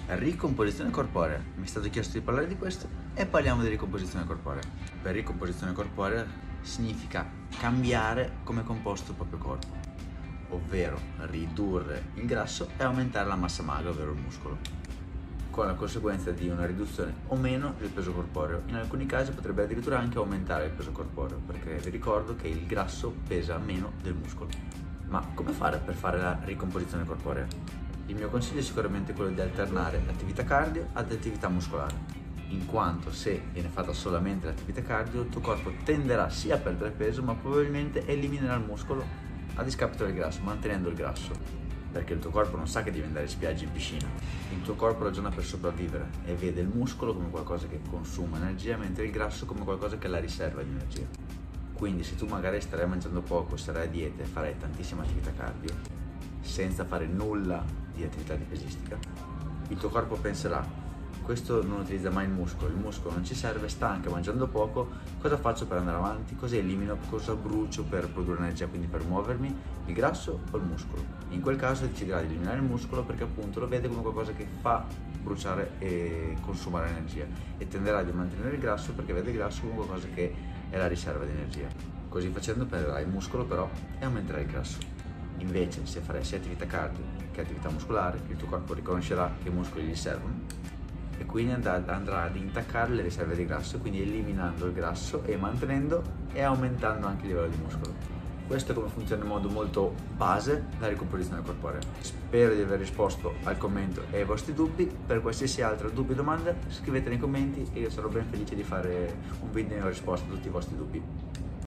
Ricomposizione corporea. Mi è stato chiesto di parlare di questo e parliamo di ricomposizione corporea. Per ricomposizione corporea significa cambiare come è composto il proprio corpo, ovvero ridurre il grasso e aumentare la massa magra, ovvero il muscolo, con la conseguenza di una riduzione o meno del peso corporeo. In alcuni casi potrebbe addirittura anche aumentare il peso corporeo, perché vi ricordo che il grasso pesa meno del muscolo. Ma come fare per fare la ricomposizione corporea? Il mio consiglio è sicuramente quello di alternare l'attività cardio ad attività muscolare, in quanto se viene fatta solamente l'attività cardio il tuo corpo tenderà sia a perdere peso, ma probabilmente eliminerà il muscolo a discapito del grasso, mantenendo il grasso, perché il tuo corpo non sa che devi andare in spiaggia, in piscina. Il tuo corpo ragiona per sopravvivere e vede il muscolo come qualcosa che consuma energia, mentre il grasso come qualcosa che è la riserva di energia. Quindi se tu magari starai mangiando poco, sarai a dieta e farai tantissima attività cardio senza fare nulla di attività di pesistica, il tuo corpo penserà: questo non utilizza mai il muscolo non ci serve, sta anche mangiando poco, cosa faccio per andare avanti, cosa elimino, cosa brucio per produrre energia, quindi per muovermi, il grasso o il muscolo? In quel caso deciderà di eliminare il muscolo perché appunto lo vede come qualcosa che fa bruciare e consumare energia, e tenderà di mantenere il grasso perché vede il grasso come qualcosa che è la riserva di energia. Così facendo perderai il muscolo però e aumenterai il grasso. Invece, se farai sia attività cardio che attività muscolare, il tuo corpo riconoscerà che i muscoli gli servono e quindi andrà ad intaccare le riserve di grasso, quindi eliminando il grasso e mantenendo e aumentando anche il livello di muscolo. Questo è come funziona in modo molto base la ricomposizione corporea. Spero di aver risposto al commento e ai vostri dubbi. Per qualsiasi altro dubbio o domanda scrivete nei commenti e io sarò ben felice di fare un video in risposta a tutti i vostri dubbi.